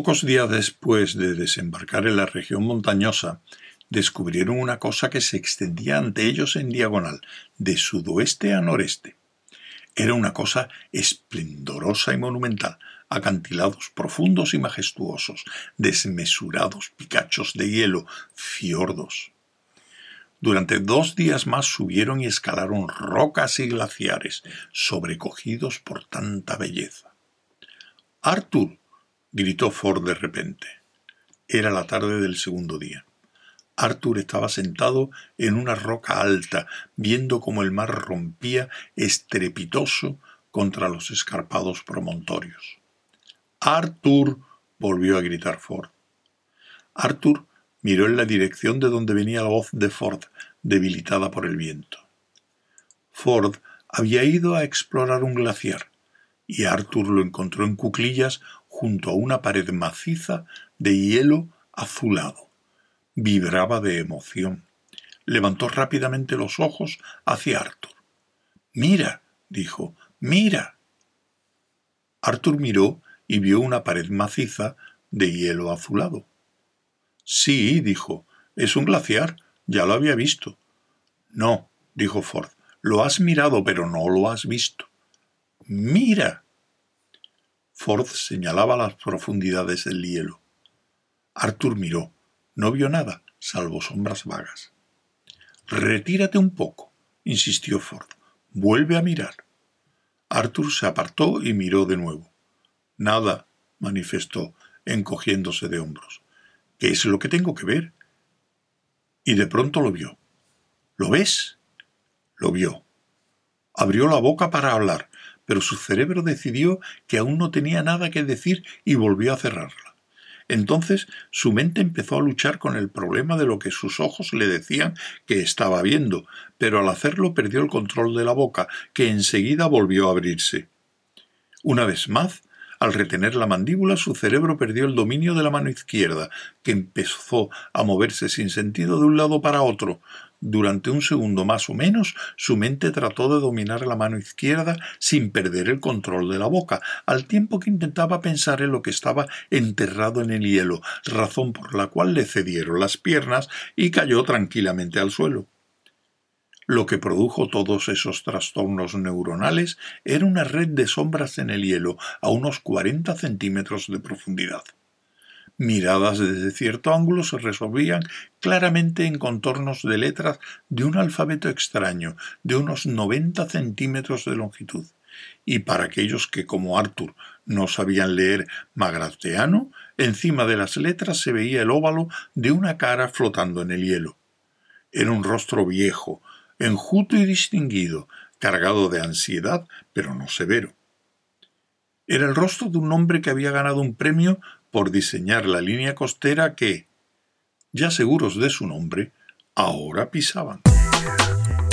Pocos días después de desembarcar en la región montañosa, descubrieron una cosa que se extendía ante ellos en diagonal, de sudoeste a noreste. Era una cosa esplendorosa y monumental, acantilados profundos y majestuosos, desmesurados picachos de hielo, fiordos. Durante 2 días más subieron y escalaron rocas y glaciares, sobrecogidos por tanta belleza. «¡Arthur!», gritó Ford de repente. Era la tarde del segundo día. Arthur estaba sentado en una roca alta, viendo cómo el mar rompía estrepitoso contra los escarpados promontorios. «¡Arthur!», volvió a gritar Ford. Arthur miró en la dirección de donde venía la voz de Ford, debilitada por el viento. Ford había ido a explorar un glaciar, y Arthur lo encontró en cuclillas junto a una pared maciza de hielo azulado. Vibraba de emoción. Levantó rápidamente los ojos hacia Arthur. «¡Mira!», dijo. «¡Mira!». Arthur miró y vio una pared maciza de hielo azulado. «Sí», dijo, «es un glaciar, ya lo había visto». «No», dijo Ford, «lo has mirado, pero no lo has visto». «¡Mira!». Ford señalaba las profundidades del hielo. Arthur miró. No vio nada, salvo sombras vagas. «Retírate un poco», insistió Ford. «Vuelve a mirar». Arthur se apartó y miró de nuevo. «Nada», manifestó, encogiéndose de hombros. «¿Qué es lo que tengo que ver?». Y de pronto lo vio. «¿Lo ves?». Lo vio. Abrió la boca para hablar, pero su cerebro decidió que aún no tenía nada que decir y volvió a cerrarla. Entonces su mente empezó a luchar con el problema de lo que sus ojos le decían que estaba viendo, pero al hacerlo perdió el control de la boca, que enseguida volvió a abrirse. Una vez más, al retener la mandíbula, su cerebro perdió el dominio de la mano izquierda, que empezó a moverse sin sentido de un lado para otro. Durante un segundo más o menos, su mente trató de dominar la mano izquierda sin perder el control de la boca, al tiempo que intentaba pensar en lo que estaba enterrado en el hielo, razón por la cual le cedieron las piernas y cayó tranquilamente al suelo. Lo que produjo todos esos trastornos neuronales era una red de sombras en el hielo a unos 40 centímetros de profundidad. Miradas desde cierto ángulo se resolvían claramente en contornos de letras de un alfabeto extraño de unos 90 centímetros de longitud. Y para aquellos que, como Arthur, no sabían leer magrateano, encima de las letras se veía el óvalo de una cara flotando en el hielo. Era un rostro viejo, enjuto y distinguido, cargado de ansiedad, pero no severo. Era el rostro de un hombre que había ganado un premio por diseñar la línea costera que, ya seguros de su nombre, ahora pisaban.